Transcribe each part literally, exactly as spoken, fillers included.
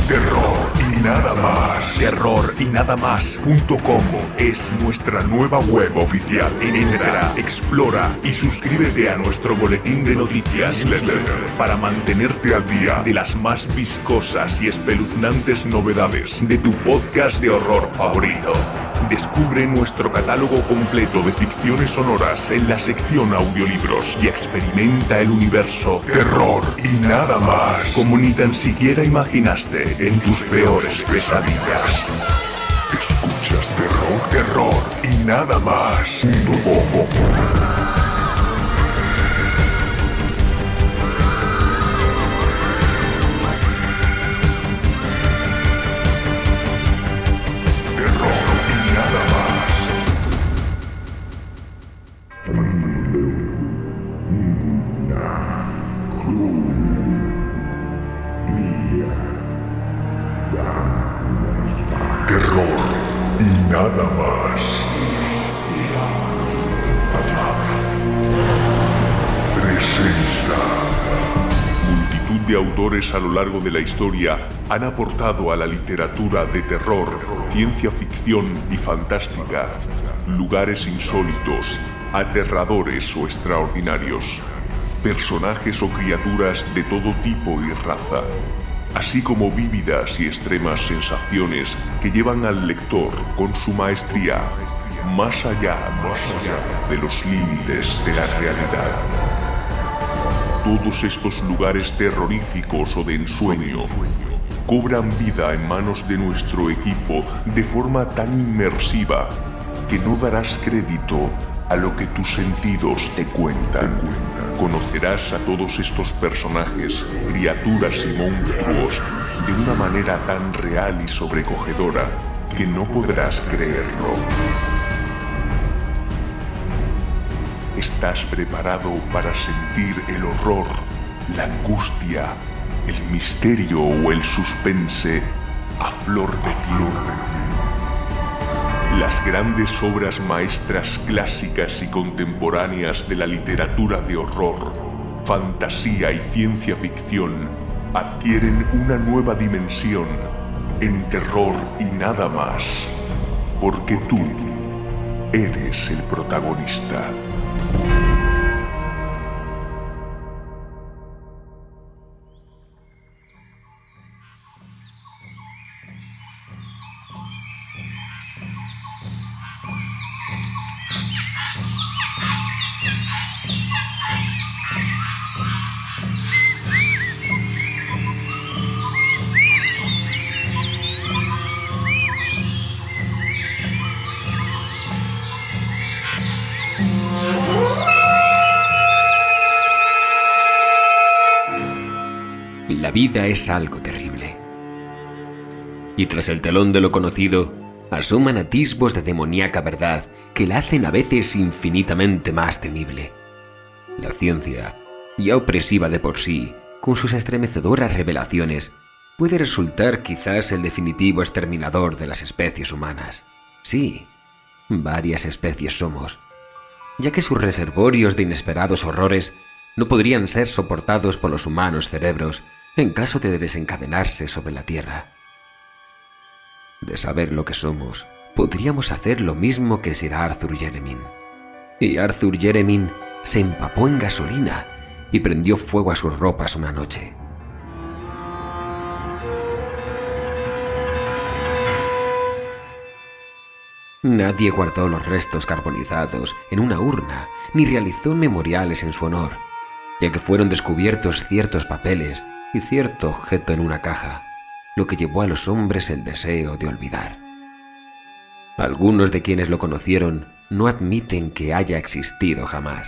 Terror y nada más. terror y nada más punto com es nuestra nueva web oficial. Entra, explora y suscríbete a nuestro boletín de noticias para mantenerte al día de las más viscosas y espeluznantes novedades de tu podcast de horror favorito. Descubre nuestro catálogo completo de ficciones sonoras en la sección audiolibros y experimenta el universo terror y nada más como ni tan siquiera imaginaste en tus peores pesadillas. Escuchas terror, terror y nada más. Terror y nada más. Presenta. Multitud de autores a lo largo de la historia han aportado a la literatura de terror, ciencia ficción y fantástica lugares insólitos, aterradores o extraordinarios, personajes o criaturas de todo tipo y raza, así como vívidas y extremas sensaciones que llevan al lector con su maestría más allá, más allá de los límites de la realidad. Todos estos lugares terroríficos o de ensueño cobran vida en manos de nuestro equipo de forma tan inmersiva que no darás crédito a lo que tus sentidos te cuentan. Conocerás a todos estos personajes, criaturas y monstruos de una manera tan real y sobrecogedora que no podrás creerlo. ¿Estás preparado para sentir el horror, la angustia, el misterio o el suspense a flor de piel? Las grandes obras maestras clásicas y contemporáneas de la literatura de horror, fantasía y ciencia ficción adquieren una nueva dimensión en Terror y nada más, porque tú eres el protagonista. La vida es algo terrible. Y tras el telón de lo conocido, asoman atisbos de demoníaca verdad que la hacen a veces infinitamente más temible. La ciencia, ya opresiva de por sí, con sus estremecedoras revelaciones, puede resultar quizás el definitivo exterminador de las especies humanas. Sí, varias especies somos, ya que sus reservorios de inesperados horrores no podrían ser soportados por los humanos cerebros en caso de desencadenarse sobre la Tierra. De saber lo que somos, podríamos hacer lo mismo que Sir Arthur Jeremin. Y Arthur Jeremin se empapó en gasolina y prendió fuego a sus ropas una noche. Nadie guardó los restos carbonizados en una urna ni realizó memoriales en su honor, ya que fueron descubiertos ciertos papeles y cierto objeto en una caja, lo que llevó a los hombres el deseo de olvidar. Algunos de quienes lo conocieron no admiten que haya existido jamás.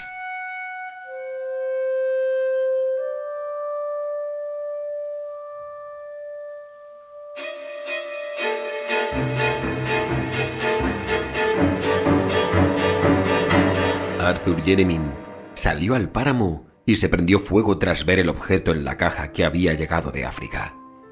Arthur Jeremin salió al páramo y se prendió fuego tras ver el objeto en la caja que había llegado de África.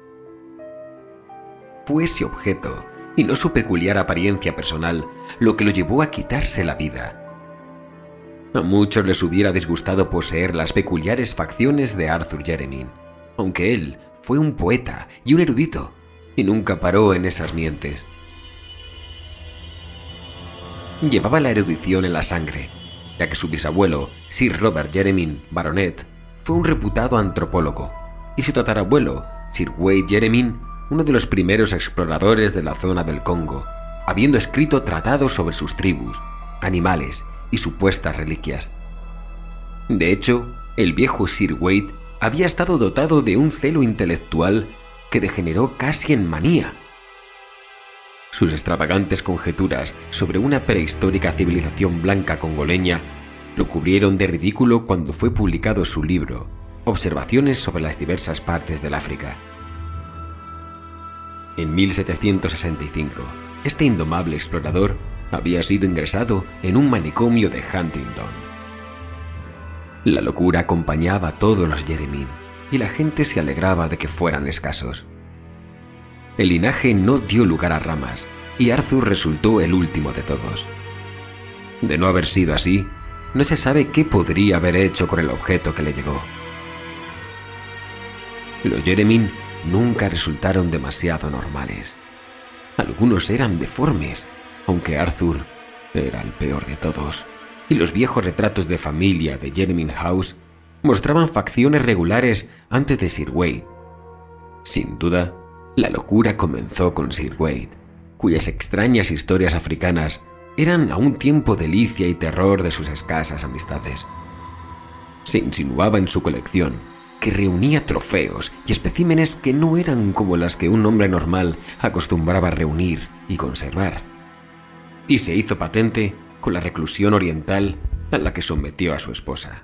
Fue ese objeto, y no su peculiar apariencia personal, lo que lo llevó a quitarse la vida. A muchos les hubiera disgustado poseer las peculiares facciones de Arthur Jeremin, aunque él fue un poeta y un erudito, y nunca paró en esas mientes. Llevaba la erudición en la sangre, ya que su bisabuelo, Sir Robert Jeremy, baronet, fue un reputado antropólogo, y su tatarabuelo, Sir Wade Jeremy, uno de los primeros exploradores de la zona del Congo, habiendo escrito tratados sobre sus tribus, animales y supuestas reliquias. De hecho, el viejo Sir Wade había estado dotado de un celo intelectual que degeneró casi en manía. Sus extravagantes conjeturas sobre una prehistórica civilización blanca congoleña lo cubrieron de ridículo cuando fue publicado su libro, Observaciones sobre las diversas partes del África. En mil setecientos sesenta y cinco, este indomable explorador había sido ingresado en un manicomio de Huntingdon. La locura acompañaba a todos los Jeremy, y la gente se alegraba de que fueran escasos. El linaje no dio lugar a ramas, y Arthur resultó el último de todos. De no haber sido así, no se sabe qué podría haber hecho con el objeto que le llegó. Los Jeremy nunca resultaron demasiado normales. Algunos eran deformes, aunque Arthur era el peor de todos, y los viejos retratos de familia de Jeremy House mostraban facciones regulares antes de Sir Wade. Sin duda, la locura comenzó con Sir Wade, cuyas extrañas historias africanas eran a un tiempo delicia y terror de sus escasas amistades. Se insinuaba en su colección que reunía trofeos y especímenes que no eran como las que un hombre normal acostumbraba a reunir y conservar, y se hizo patente con la reclusión oriental a la que sometió a su esposa.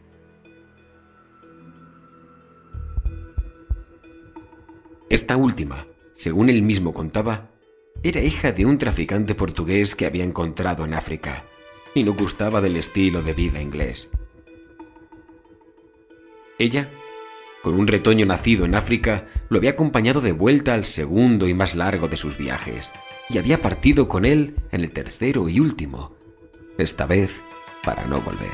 Esta última, según él mismo contaba, era hija de un traficante portugués que había encontrado en África y no gustaba del estilo de vida inglés. Ella, con un retoño nacido en África, lo había acompañado de vuelta al segundo y más largo de sus viajes, y había partido con él en el tercero y último, esta vez para no volver.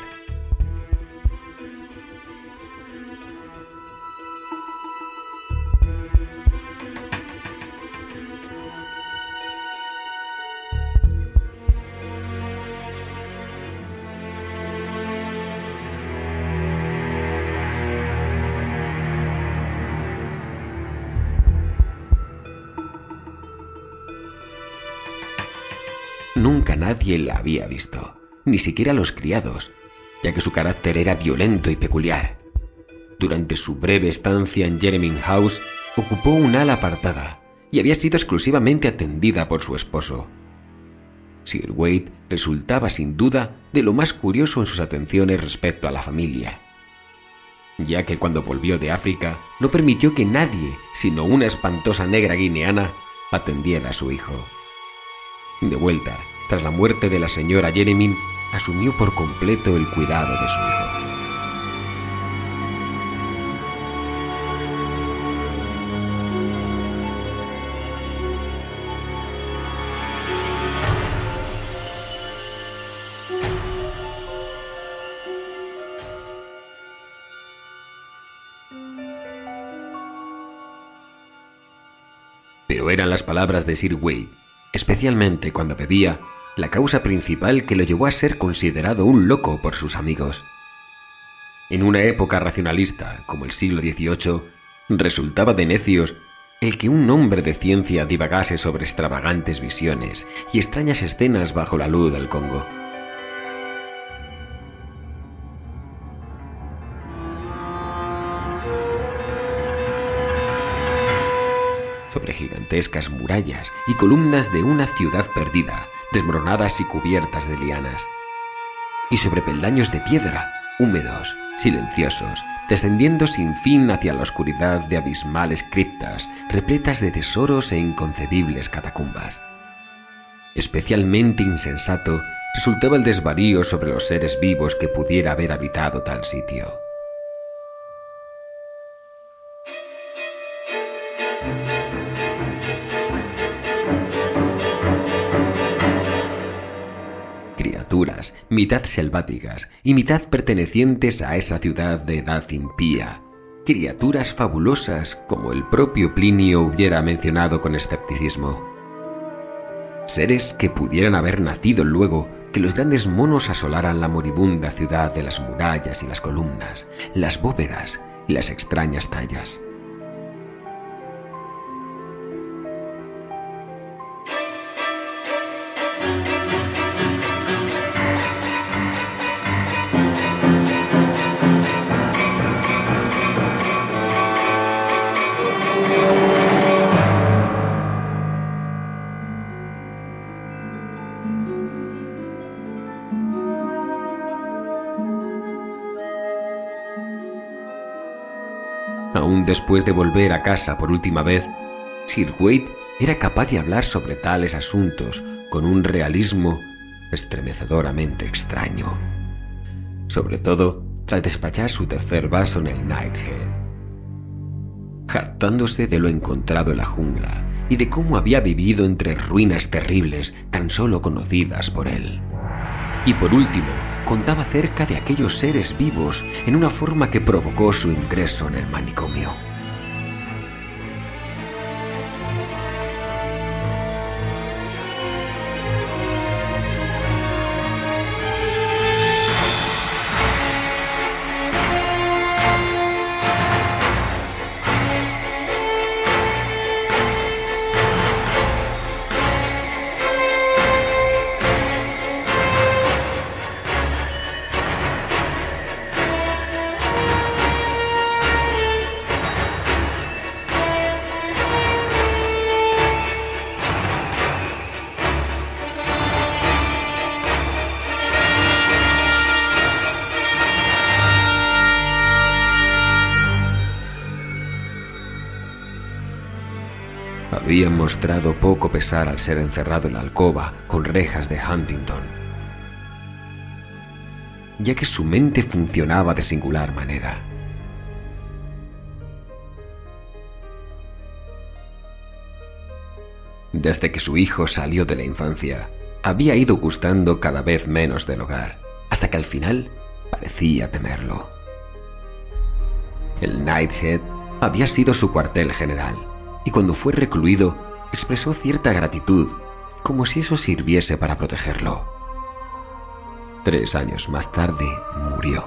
Nunca nadie la había visto, ni siquiera los criados, ya que su carácter era violento y peculiar. Durante su breve estancia en Jeremy House, ocupó un ala apartada y había sido exclusivamente atendida por su esposo. Sir Wade resultaba sin duda de lo más curioso en sus atenciones respecto a la familia, ya que cuando volvió de África no permitió que nadie, sino una espantosa negra guineana, atendiera a su hijo. De vuelta, tras la muerte de la señora Jeremy, asumió por completo el cuidado de su hijo. Pero eran las palabras de Sir Wade, especialmente cuando bebía, la causa principal que lo llevó a ser considerado un loco por sus amigos. En una época racionalista como el siglo dieciocho, resultaba de necios el que un hombre de ciencia divagase sobre extravagantes visiones y extrañas escenas bajo la luz del Congo. Sobre gigantescas murallas y columnas de una ciudad perdida, desmoronadas y cubiertas de lianas. Y sobre peldaños de piedra, húmedos, silenciosos, descendiendo sin fin hacia la oscuridad de abismales criptas, repletas de tesoros e inconcebibles catacumbas. Especialmente insensato resultaba el desvarío sobre los seres vivos que pudiera haber habitado tal sitio. Criaturas, mitad selváticas y mitad pertenecientes a esa ciudad de edad impía, criaturas fabulosas como el propio Plinio hubiera mencionado con escepticismo. Seres que pudieran haber nacido luego que los grandes monos asolaran la moribunda ciudad de las murallas y las columnas, las bóvedas y las extrañas tallas. Aún después de volver a casa por última vez, Sir Wade era capaz de hablar sobre tales asuntos con un realismo estremecedoramente extraño. Sobre todo tras despachar su tercer vaso en el Knight's Head, jactándose de lo encontrado en la jungla y de cómo había vivido entre ruinas terribles tan solo conocidas por él. Y por último, contaba acerca de aquellos seres vivos en una forma que provocó su ingreso en el manicomio. Había mostrado poco pesar al ser encerrado en la alcoba con rejas de Huntington, ya que su mente funcionaba de singular manera. Desde que su hijo salió de la infancia, había ido gustando cada vez menos del hogar, hasta que al final parecía temerlo. El Knight's Head había sido su cuartel general, y cuando fue recluido, expresó cierta gratitud, como si eso sirviese para protegerlo. Tres años más tarde, murió.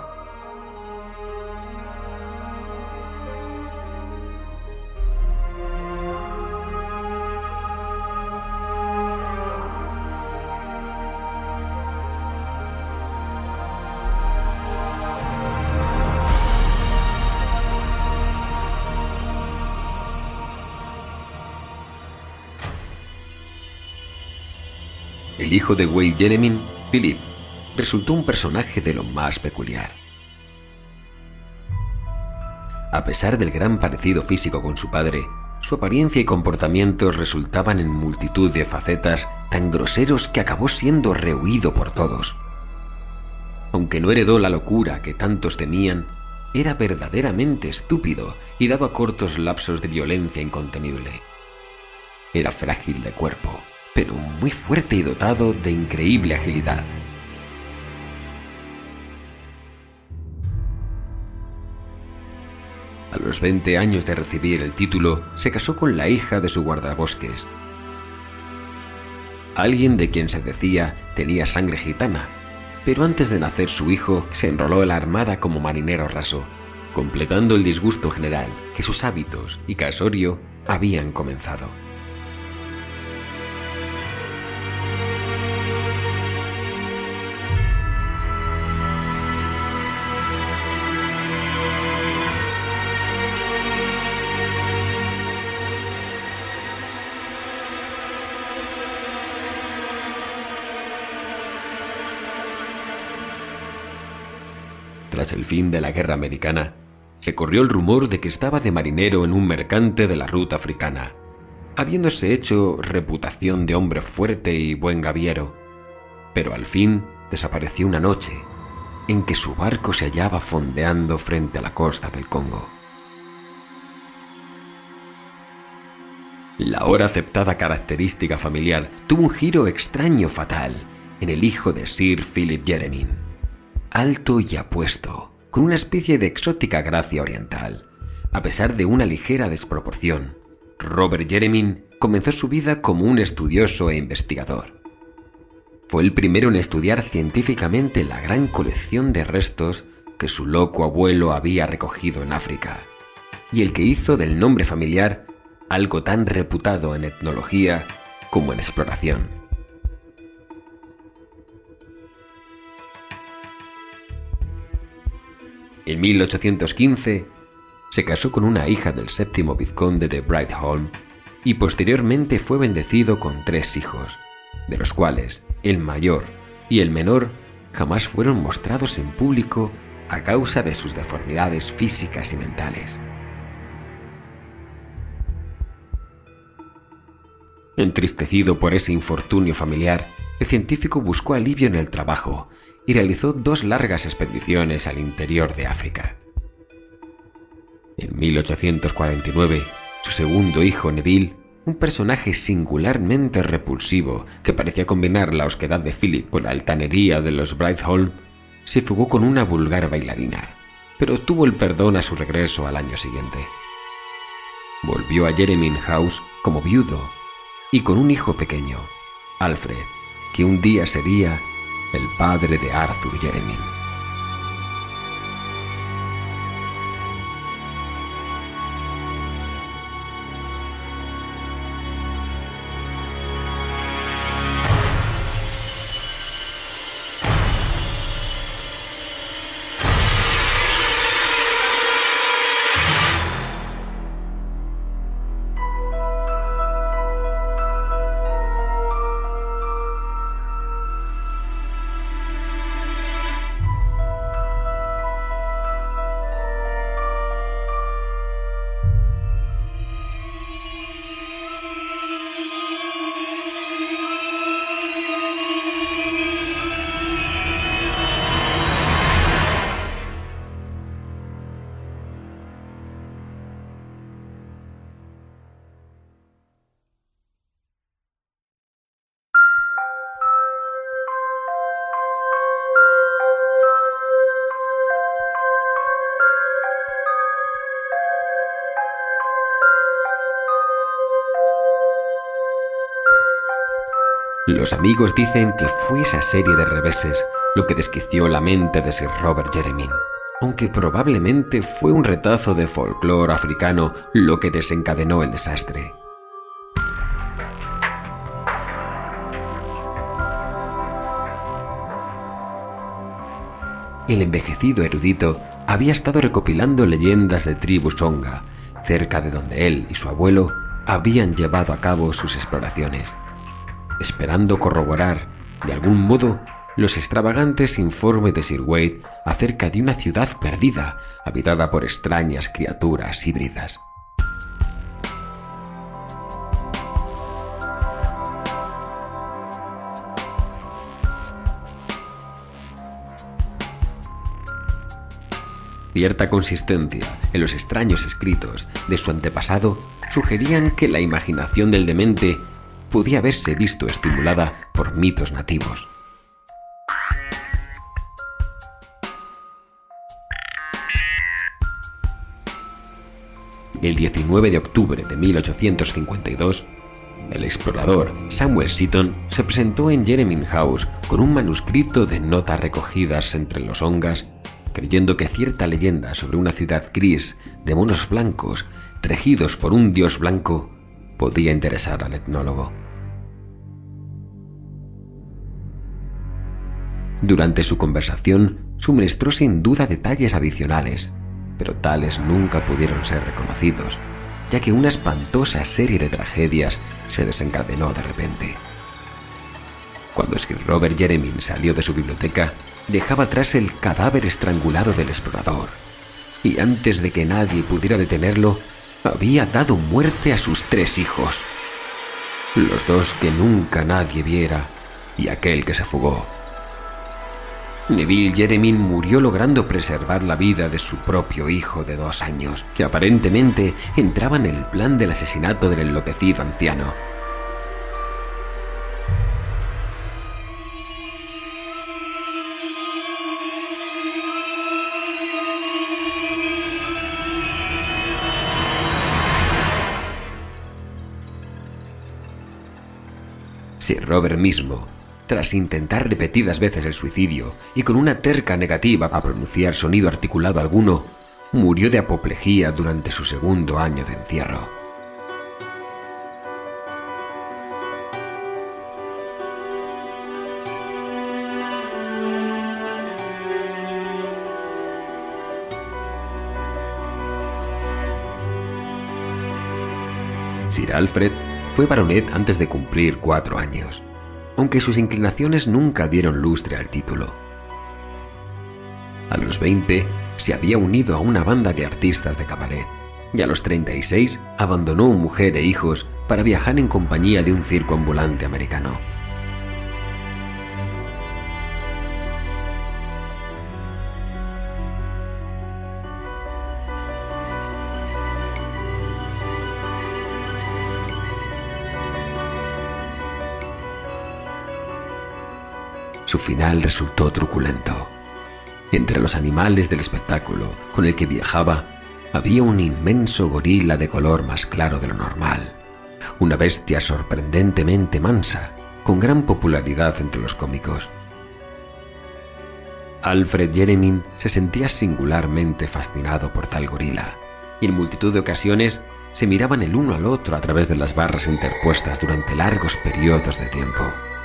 El hijo de Wade Jeremy, Philip, resultó un personaje de lo más peculiar. A pesar del gran parecido físico con su padre, su apariencia y comportamientos resultaban en multitud de facetas tan groseros que acabó siendo rehuido por todos. Aunque no heredó la locura que tantos temían, era verdaderamente estúpido y dado a cortos lapsos de violencia incontenible. Era frágil de cuerpo, pero muy fuerte y dotado de increíble agilidad. A los veinte años de recibir el título, se casó con la hija de su guardabosques, alguien de quien se decía tenía sangre gitana, pero antes de nacer su hijo se enroló en la armada como marinero raso, completando el disgusto general que sus hábitos y casorio habían comenzado. Tras el fin de la guerra americana, se corrió el rumor de que estaba de marinero en un mercante de la ruta africana, habiéndose hecho reputación de hombre fuerte y buen gaviero, pero al fin desapareció una noche en que su barco se hallaba fondeando frente a la costa del Congo. La ahora aceptada característica familiar tuvo un giro extraño fatal en el hijo de Sir Philip Jeremy. Alto y apuesto, con una especie de exótica gracia oriental, a pesar de una ligera desproporción, Robert Jeremy comenzó su vida como un estudioso e investigador. Fue el primero en estudiar científicamente la gran colección de restos que su loco abuelo había recogido en África, y el que hizo del nombre familiar algo tan reputado en etnología como en exploración. En mil ochocientos quince se casó con una hija del séptimo vizconde de Brightholm y posteriormente fue bendecido con tres hijos, de los cuales el mayor y el menor jamás fueron mostrados en público a causa de sus deformidades físicas y mentales. Entristecido por ese infortunio familiar, el científico buscó alivio en el trabajo y realizó dos largas expediciones al interior de África. En mil ochocientos cuarenta y nueve, su segundo hijo Neville, un personaje singularmente repulsivo que parecía combinar la osquedad de Philip con la altanería de los Brightholm, se fugó con una vulgar bailarina, pero obtuvo el perdón a su regreso al año siguiente. Volvió a Jeremy House como viudo y con un hijo pequeño, Alfred, que un día sería el padre de Arthur Jeremy. Los amigos dicen que fue esa serie de reveses lo que desquició la mente de Sir Robert Jeremy, aunque probablemente fue un retazo de folclore africano lo que desencadenó el desastre. El envejecido erudito había estado recopilando leyendas de tribu Songa, cerca de donde él y su abuelo habían llevado a cabo sus exploraciones, esperando corroborar, de algún modo, los extravagantes informes de Sir Wade acerca de una ciudad perdida, habitada por extrañas criaturas híbridas. Cierta consistencia en los extraños escritos de su antepasado sugerían que la imaginación del demente podía haberse visto estimulada por mitos nativos. El diecinueve de octubre de mil ochocientos cincuenta y dos, el explorador Samuel Seaton se presentó en Jeremy House con un manuscrito de notas recogidas entre los ongas, creyendo que cierta leyenda sobre una ciudad gris de monos blancos regidos por un dios blanco podía interesar al etnólogo. Durante su conversación suministró sin duda detalles adicionales, pero tales nunca pudieron ser reconocidos, ya que una espantosa serie de tragedias se desencadenó de repente. Cuando Sir Robert Jeremy salió de su biblioteca, dejaba atrás el cadáver estrangulado del explorador, y antes de que nadie pudiera detenerlo, había dado muerte a sus tres hijos, los dos que nunca nadie viera y aquel que se fugó. Neville Jeremy murió logrando preservar la vida de su propio hijo de dos años, que aparentemente entraba en el plan del asesinato del enloquecido anciano. Sir Robert mismo, tras intentar repetidas veces el suicidio y con una terca negativa a pronunciar sonido articulado alguno, murió de apoplejía durante su segundo año de encierro. Sir Alfred fue baronet antes de cumplir cuatro años, aunque sus inclinaciones nunca dieron lustre al título. A los veinte se había unido a una banda de artistas de cabaret y a los treinta y seis abandonó mujer e hijos para viajar en compañía de un circo ambulante americano. Su final resultó truculento. Entre los animales del espectáculo con el que viajaba, había un inmenso gorila de color más claro de lo normal, una bestia sorprendentemente mansa, con gran popularidad entre los cómicos. Alfred Jeremyn se sentía singularmente fascinado por tal gorila, y en multitud de ocasiones se miraban el uno al otro a través de las barras interpuestas durante largos periodos de tiempo.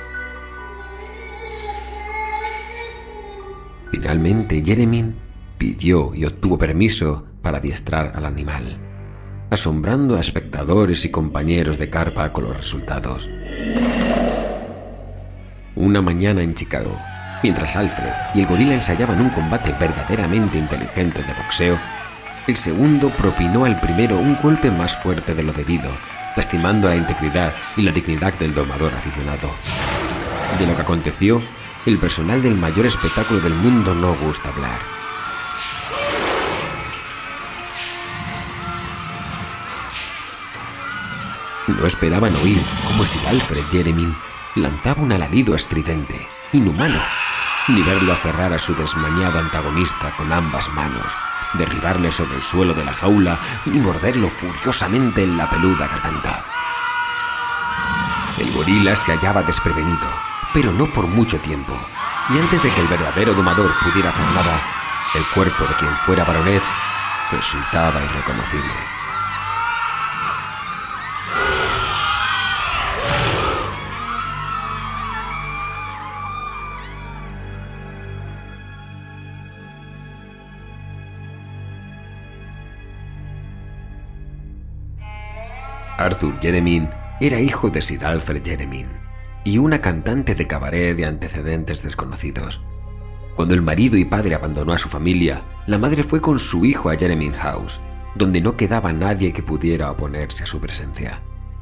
Finalmente, Jeremyn pidió y obtuvo permiso para adiestrar al animal, asombrando a espectadores y compañeros de carpa con los resultados. Una mañana en Chicago, mientras Alfred y el gorila ensayaban un combate verdaderamente inteligente de boxeo, el segundo propinó al primero un golpe más fuerte de lo debido, lastimando la integridad y la dignidad del domador aficionado. De lo que aconteció, el personal del mayor espectáculo del mundo no gusta hablar. No esperaban oír cómo Sir Alfred Jeremyn lanzaba un alarido estridente, inhumano, ni verlo aferrar a su desmañado antagonista con ambas manos, derribarle sobre el suelo de la jaula, ni morderlo furiosamente en la peluda garganta. El gorila se hallaba desprevenido, pero no por mucho tiempo, y antes de que el verdadero domador pudiera hacer nada, el cuerpo de quien fuera baronet resultaba irreconocible. Arthur Jeremyn era hijo de Sir Alfred Jeremyn y una cantante de cabaret de antecedentes desconocidos. Cuando el marido y padre abandonó a su familia, la madre fue con su hijo a Jeremyn House, donde no quedaba nadie que pudiera oponerse a su presencia.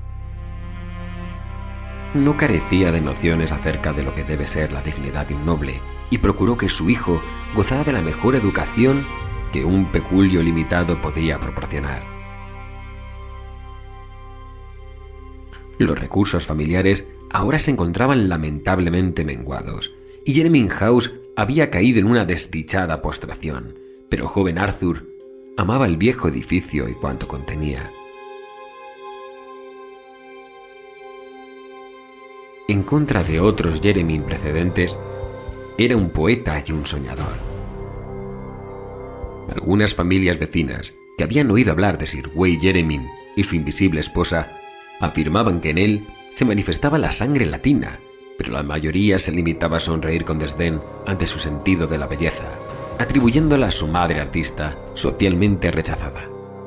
No carecía de nociones acerca de lo que debe ser la dignidad de un noble, y procuró que su hijo gozara de la mejor educación que un peculio limitado podía proporcionar. Los recursos familiares ahora se encontraban lamentablemente menguados, y Jeremyn House había caído en una desdichada postración, pero el joven Arthur amaba el viejo edificio y cuanto contenía. En contra de otros Jeremyn precedentes, era un poeta y un soñador. Algunas familias vecinas que habían oído hablar de Sir Way Jeremyn y su invisible esposa afirmaban que en él se manifestaba la sangre latina, pero la mayoría se limitaba a sonreír con desdén ante su sentido de la belleza, atribuyéndola a su madre artista, socialmente rechazada.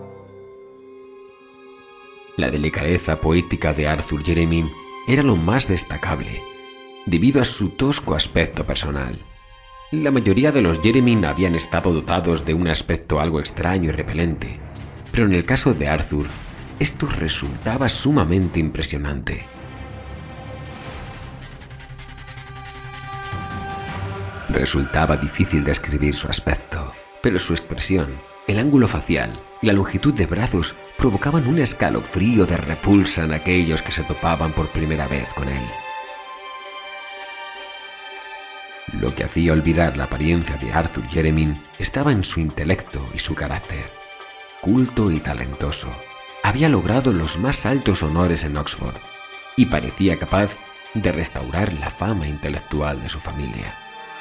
La delicadeza poética de Arthur Jeremyn era lo más destacable, debido a su tosco aspecto personal. La mayoría de los Jeremyn habían estado dotados de un aspecto algo extraño y repelente, pero en el caso de Arthur, esto resultaba sumamente impresionante. Resultaba difícil describir su aspecto, pero su expresión, el ángulo facial y la longitud de brazos provocaban un escalofrío de repulsa en aquellos que se topaban por primera vez con él. Lo que hacía olvidar la apariencia de Arthur Jeremyn estaba en su intelecto y su carácter. Culto y talentoso, había logrado los más altos honores en Oxford y parecía capaz de restaurar la fama intelectual de su familia.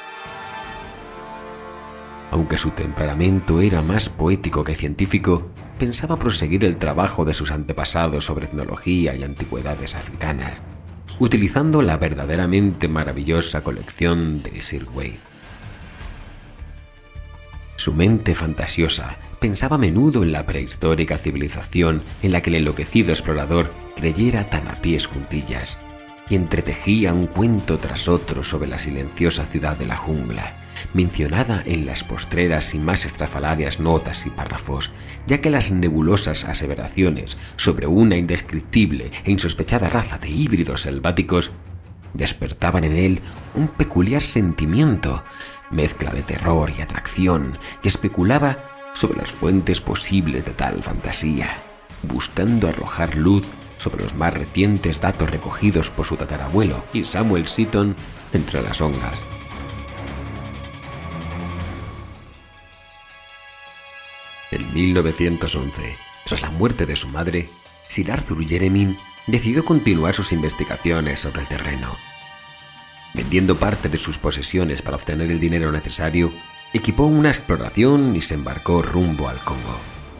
Aunque su temperamento era más poético que científico, pensaba proseguir el trabajo de sus antepasados sobre etnología y antigüedades africanas, utilizando la verdaderamente maravillosa colección de Sir Wade. Su mente fantasiosa pensaba a menudo en la prehistórica civilización en la que el enloquecido explorador creyera tan a pies juntillas, y entretejía un cuento tras otro sobre la silenciosa ciudad de la jungla, mencionada en las postreras y más estrafalarias notas y párrafos, ya que las nebulosas aseveraciones sobre una indescriptible e insospechada raza de híbridos selváticos despertaban en él un peculiar sentimiento, mezcla de terror y atracción, y especulaba sobre las fuentes posibles de tal fantasía, buscando arrojar luz sobre los más recientes datos recogidos por su tatarabuelo y Samuel Seaton entre las ongas. En mil novecientos once, tras la muerte de su madre, Sir Arthur Jeremy decidió continuar sus investigaciones sobre el terreno. Vendiendo parte de sus posesiones para obtener el dinero necesario, equipó una exploración y se embarcó rumbo al Congo.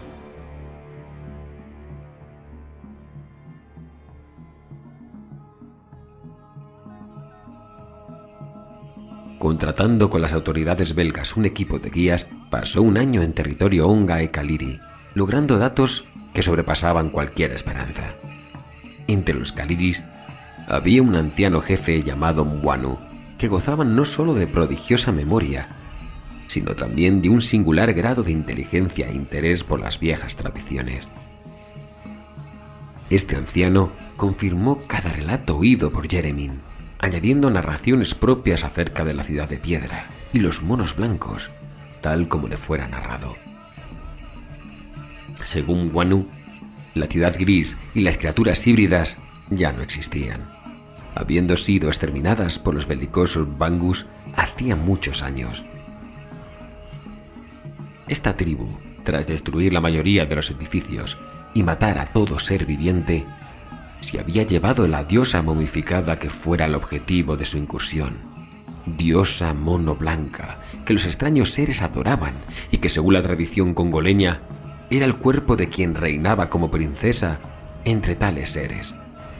Contratando con las autoridades belgas un equipo de guías, pasó un año en territorio Onga y Kaliri, logrando datos que sobrepasaban cualquier esperanza. Entre los Kaliris había un anciano jefe llamado Mwanu, que gozaban no solo de prodigiosa memoria, sino también de un singular grado de inteligencia e interés por las viejas tradiciones. Este anciano confirmó cada relato oído por Jeremy, añadiendo narraciones propias acerca de la ciudad de piedra y los monos blancos, tal como le fuera narrado. Según Mwanu, la ciudad gris y las criaturas híbridas ya no existían, habiendo sido exterminadas por los belicosos Bangus hacía muchos años. Esta tribu, tras destruir la mayoría de los edificios y matar a todo ser viviente, se había llevado la diosa momificada que fuera el objetivo de su incursión, diosa mono blanca, que los extraños seres adoraban y que, según la tradición congoleña, era el cuerpo de quien reinaba como princesa entre tales seres.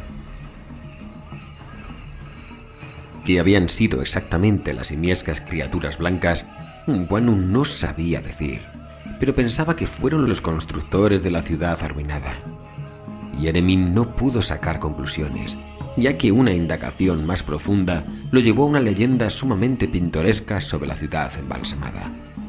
¿Qué habían sido exactamente las simiescas criaturas blancas? Mwanu no sabía decir, pero pensaba que fueron los constructores de la ciudad arruinada. Jeremy no pudo sacar conclusiones, ya que una indagación más profunda lo llevó a una leyenda sumamente pintoresca sobre la ciudad embalsamada.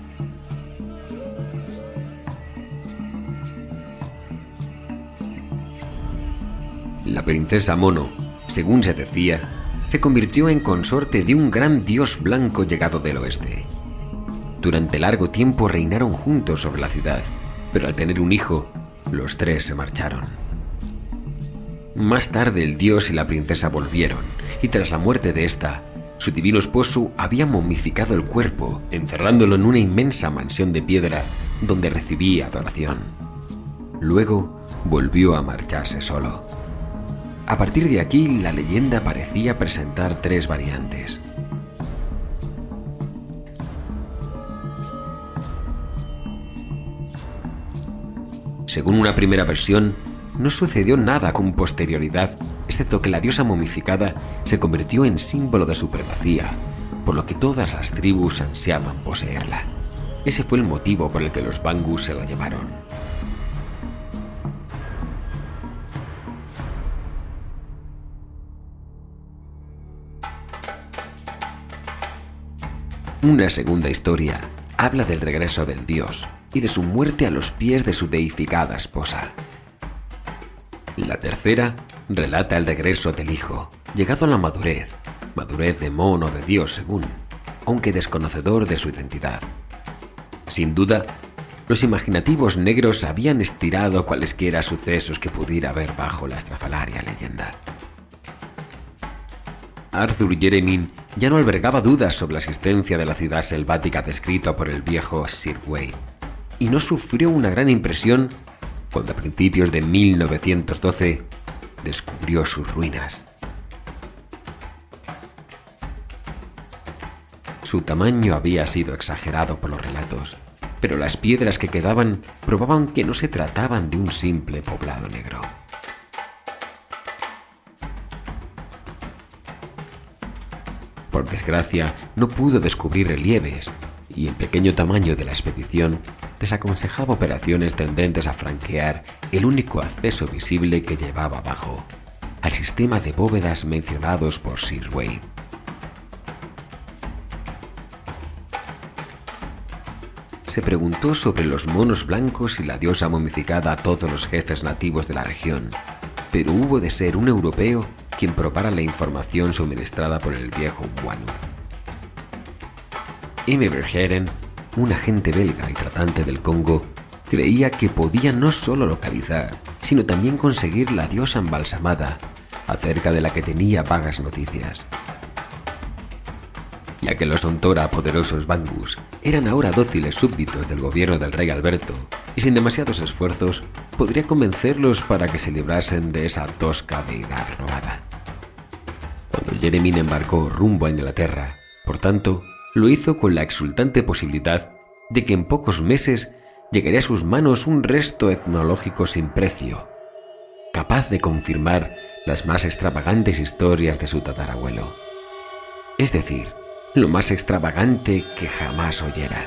La princesa Mono, según se decía, se convirtió en consorte de un gran dios blanco llegado del oeste. Durante largo tiempo reinaron juntos sobre la ciudad, pero al tener un hijo, los tres se marcharon. Más tarde el dios y la princesa volvieron, y tras la muerte de esta, su divino esposo había momificado el cuerpo, encerrándolo en una inmensa mansión de piedra donde recibía adoración. Luego volvió a marcharse solo. A partir de aquí, la leyenda parecía presentar tres variantes. Según una primera versión, no sucedió nada con posterioridad, excepto que la diosa momificada se convirtió en símbolo de supremacía, por lo que todas las tribus ansiaban poseerla. Ese fue el motivo por el que los Bangus se la llevaron. Una segunda historia habla del regreso del dios y de su muerte a los pies de su deificada esposa. La tercera relata el regreso del hijo, llegado a la madurez, madurez de mono de dios según, aunque desconocedor de su identidad. Sin duda, los imaginativos negros habían estirado cualesquiera sucesos que pudiera haber bajo la estrafalaria leyenda. Arthur Jeremy ya no albergaba dudas sobre la existencia de la ciudad selvática descrita por el viejo Sir Wade, y no sufrió una gran impresión cuando a principios de mil novecientos doce descubrió sus ruinas. Su tamaño había sido exagerado por los relatos, pero las piedras que quedaban probaban que no se trataban de un simple poblado negro. Por desgracia, no pudo descubrir relieves, y el pequeño tamaño de la expedición desaconsejaba operaciones tendentes a franquear el único acceso visible que llevaba abajo, al sistema de bóvedas mencionados por Sir Wade. Se preguntó sobre los monos blancos y la diosa momificada a todos los jefes nativos de la región, pero hubo de ser un europeo quien probara la información suministrada por el viejo Wanu. M. Verheeren, un agente belga y tratante del Congo, creía que podía no solo localizar, sino también conseguir la diosa embalsamada, acerca de la que tenía vagas noticias. Ya que los Ontora, poderosos Bangus, eran ahora dóciles súbditos del gobierno del rey Alberto, y sin demasiados esfuerzos, podría convencerlos para que se librasen de esa tosca deidad robada. Cuando Jeremy embarcó rumbo a Inglaterra, por tanto, lo hizo con la exultante posibilidad de que en pocos meses llegaría a sus manos un resto etnológico sin precio, capaz de confirmar las más extravagantes historias de su tatarabuelo. Es decir, lo más extravagante que jamás oyera.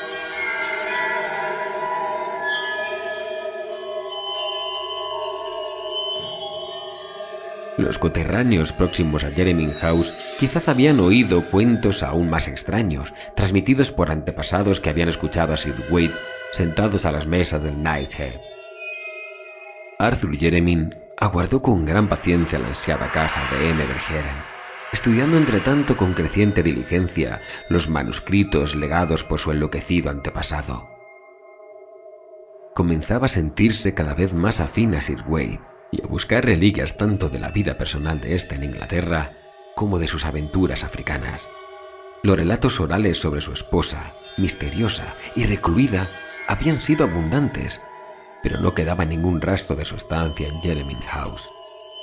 Los coterráneos próximos a Jeremy House quizás habían oído cuentos aún más extraños, transmitidos por antepasados que habían escuchado a Sir Wade sentados a las mesas del Knight's Head. Arthur Jeremy aguardó con gran paciencia la ansiada caja de M. Verheeren, estudiando entretanto con creciente diligencia los manuscritos legados por su enloquecido antepasado. Comenzaba a sentirse cada vez más afín a Sir Wade y a buscar reliquias tanto de la vida personal de éste en Inglaterra como de sus aventuras africanas. Los relatos orales sobre su esposa, misteriosa y recluida, habían sido abundantes, pero no quedaba ningún rastro de su estancia en Jeremy House.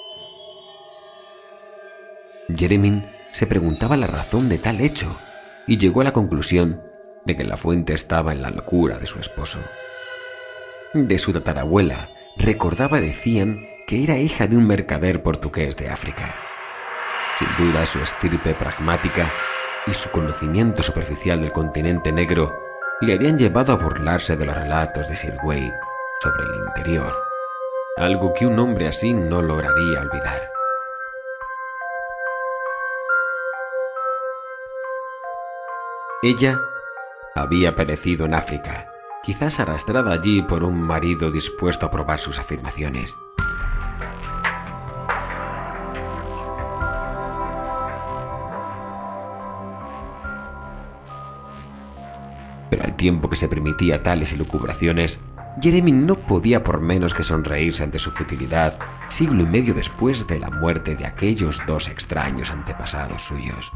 Jeremy se preguntaba la razón de tal hecho y llegó a la conclusión de que la fuente estaba en la locura de su esposo. De su tatarabuela, recordaba, decían, que era hija de un mercader portugués de África. Sin duda, su estirpe pragmática y su conocimiento superficial del continente negro le habían llevado a burlarse de los relatos de Sir Wade sobre el interior, algo que un hombre así no lograría olvidar. Ella había perecido en África, quizás arrastrada allí por un marido dispuesto a probar sus afirmaciones. Pero al tiempo que se permitía tales elucubraciones, Jeremy no podía por menos que sonreírse ante su futilidad, siglo y medio después de la muerte de aquellos dos extraños antepasados suyos.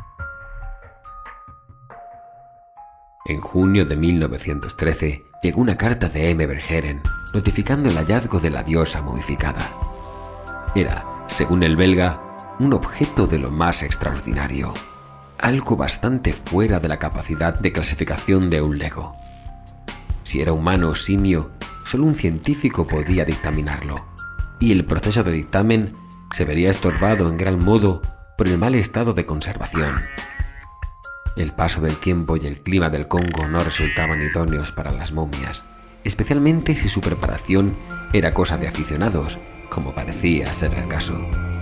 En junio de mil novecientos trece llegó una carta de M. Verheeren notificando el hallazgo de la diosa momificada. Era, según el belga, un objeto de lo más extraordinario, algo bastante fuera de la capacidad de clasificación de un lego. Si era humano o simio, solo un científico podía dictaminarlo, y el proceso de dictamen se vería estorbado en gran modo por el mal estado de conservación. El paso del tiempo y el clima del Congo no resultaban idóneos para las momias, especialmente si su preparación era cosa de aficionados, como parecía ser el caso.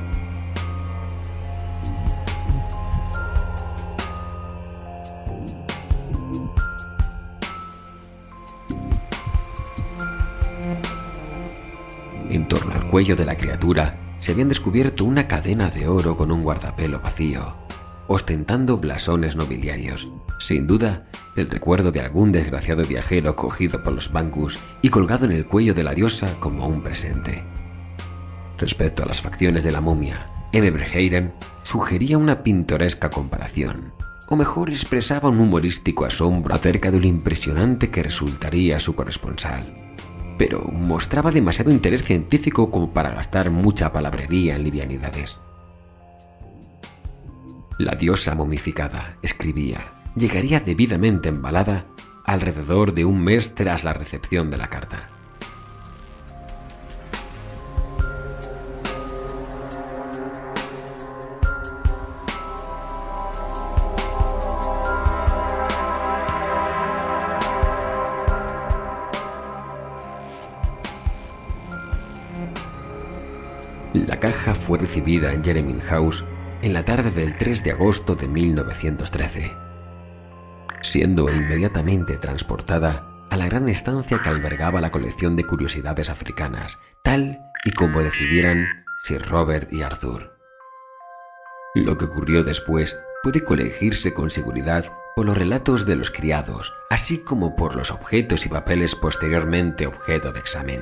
En torno al cuello de la criatura se habían descubierto una cadena de oro con un guardapelo vacío, ostentando blasones nobiliarios, sin duda el recuerdo de algún desgraciado viajero cogido por los Bangus y colgado en el cuello de la diosa como un presente. Respecto a las facciones de la momia, M. Verheeren sugería una pintoresca comparación, o mejor expresaba un humorístico asombro acerca de lo impresionante que resultaría su corresponsal, pero mostraba demasiado interés científico como para gastar mucha palabrería en livianidades. La diosa momificada, escribía, llegaría debidamente embalada alrededor de un mes tras la recepción de la carta. La caja fue recibida en Jermyn House en la tarde del tres de agosto de mil novecientos trece, siendo inmediatamente transportada a la gran estancia que albergaba la colección de curiosidades africanas, tal y como decidieran Sir Robert y Arthur. Lo que ocurrió después puede colegirse con seguridad por los relatos de los criados, así como por los objetos y papeles posteriormente objeto de examen.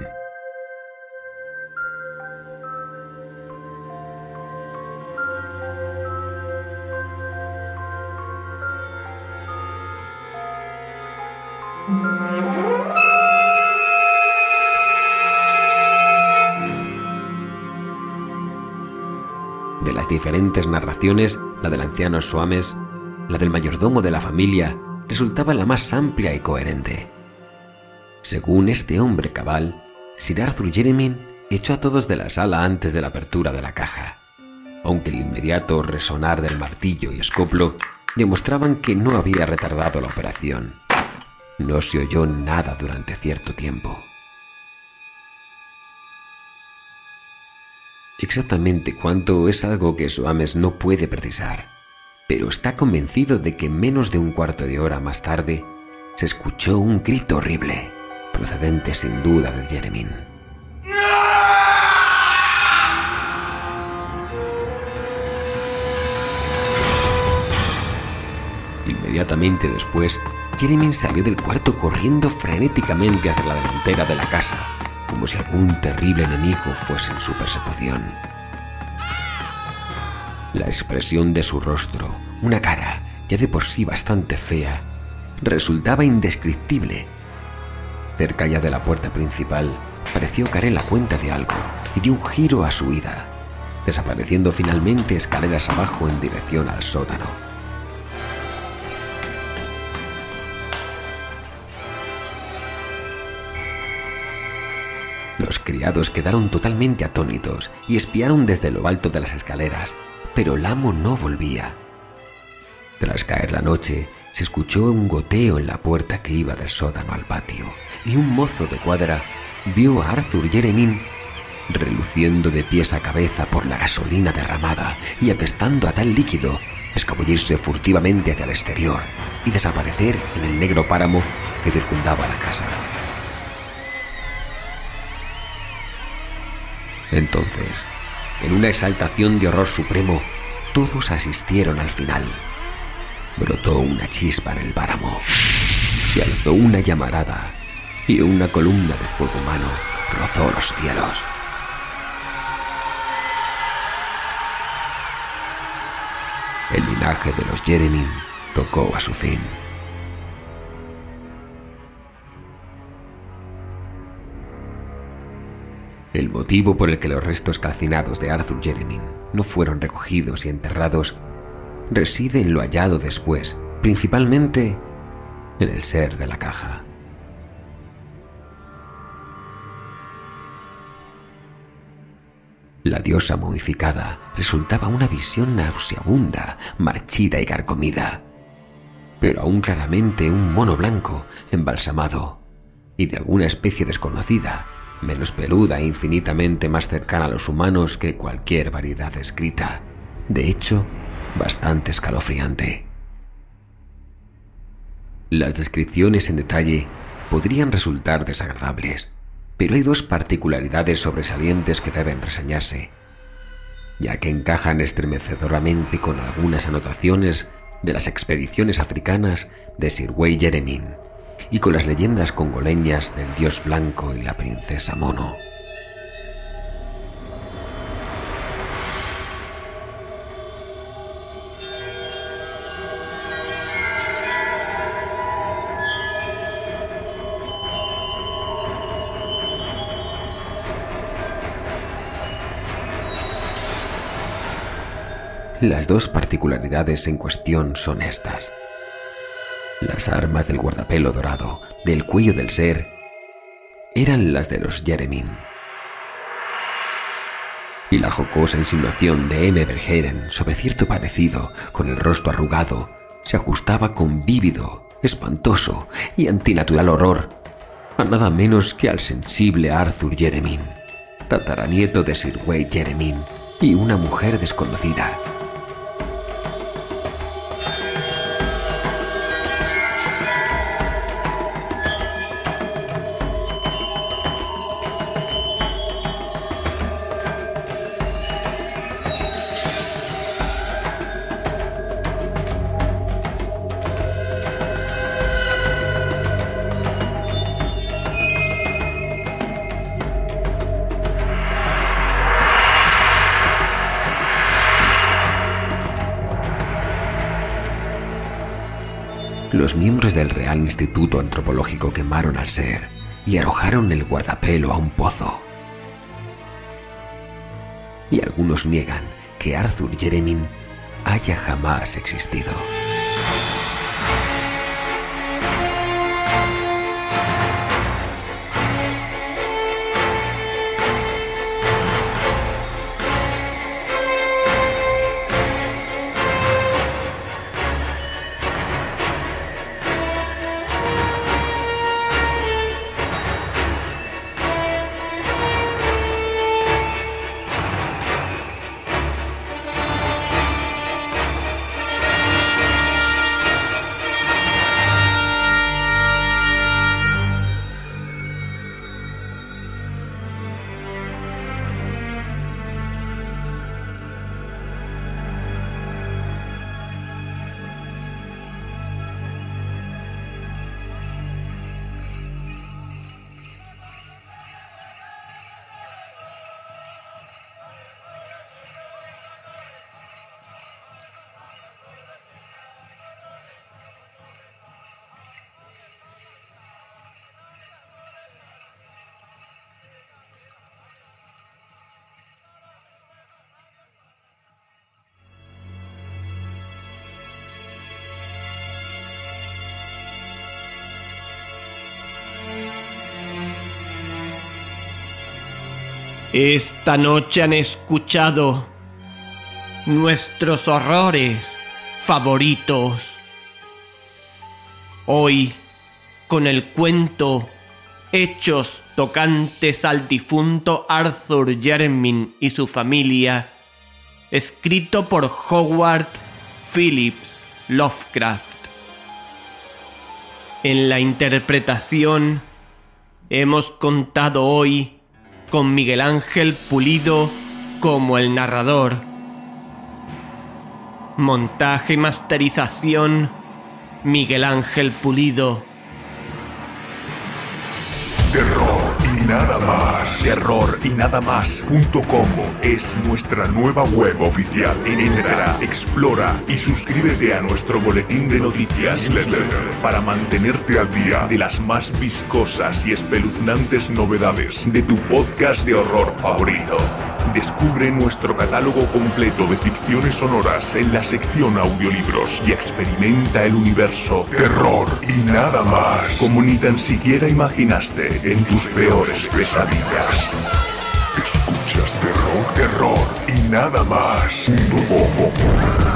De las diferentes narraciones, la del anciano Soames, la del mayordomo de la familia, resultaba la más amplia y coherente. Según este hombre cabal, Sir Arthur Jermyn echó a todos de la sala antes de la apertura de la caja, aunque el inmediato resonar del martillo y escoplo demostraban que no había retardado la operación. No se oyó nada durante cierto tiempo. Exactamente cuánto es algo que Soames no puede precisar, pero está convencido de que menos de un cuarto de hora más tarde se escuchó un grito horrible, procedente sin duda de Jermyn. Inmediatamente después, Jermyn salió del cuarto corriendo frenéticamente hacia la delantera de la casa, como si algún terrible enemigo fuese en su persecución. La expresión de su rostro, una cara ya de por sí bastante fea, resultaba indescriptible. Cerca ya de la puerta principal, pareció caer en la cuenta de algo y dio un giro a su huida, desapareciendo finalmente escaleras abajo en dirección al sótano. Los criados quedaron totalmente atónitos y espiaron desde lo alto de las escaleras, pero el amo no volvía. Tras caer la noche, se escuchó un goteo en la puerta que iba del sótano al patio, y un mozo de cuadra vio a Arthur Jermyn reluciendo de pies a cabeza por la gasolina derramada y apestando a tal líquido, escabullirse furtivamente hacia el exterior y desaparecer en el negro páramo que circundaba la casa. Entonces, en una exaltación de horror supremo, todos asistieron al final. Brotó una chispa en el páramo, se alzó una llamarada y una columna de fuego humano rozó los cielos. El linaje de los Jermyn tocó a su fin. El motivo por el que los restos calcinados de Arthur Jermyn no fueron recogidos y enterrados reside en lo hallado después, principalmente en el ser de la caja. La diosa momificada resultaba una visión nauseabunda, marchita y carcomida, pero aún claramente un mono blanco, embalsamado, y de alguna especie desconocida, menos peluda e infinitamente más cercana a los humanos que cualquier variedad escrita, de hecho, bastante escalofriante. Las descripciones en detalle podrían resultar desagradables, pero hay dos particularidades sobresalientes que deben reseñarse, ya que encajan estremecedoramente con algunas anotaciones de las expediciones africanas de Sir Way Jermyn y con las leyendas congoleñas del dios blanco y la princesa mono. Las dos particularidades en cuestión son estas. Las armas del guardapelo dorado del cuello del ser eran las de los Jeremyn. Y la jocosa insinuación de M. Verhaeren sobre cierto parecido con el rostro arrugado se ajustaba con vívido, espantoso y antinatural horror a nada menos que al sensible Arthur Jeremyn, tataranieto de Sir Wade Jeremyn y una mujer desconocida. Los miembros del Real Instituto Antropológico quemaron al ser y arrojaron el guardapelo a un pozo. Y algunos niegan que Arthur Jeremyn haya jamás existido. Esta noche han escuchado nuestros horrores favoritos. Hoy, con el cuento Hechos tocantes al difunto Arthur Jeremyn y su familia, escrito por Howard Phillips Lovecraft. En la interpretación hemos contado hoy con Miguel Ángel Pulido como el narrador. Montaje y masterización, Miguel Ángel Pulido. Terror y nada más. Terror y nada más punto com es nuestra nueva web oficial. Entra, explora y suscríbete a nuestro boletín de noticias para mantenerte al día de las más viscosas y espeluznantes novedades de tu podcast de horror favorito. Descubre nuestro catálogo completo de ficciones sonoras en la sección audiolibros y experimenta el universo terror y nada más como ni tan siquiera imaginaste en tus peores pesadillas. Escuchas terror, terror y nada más punto com.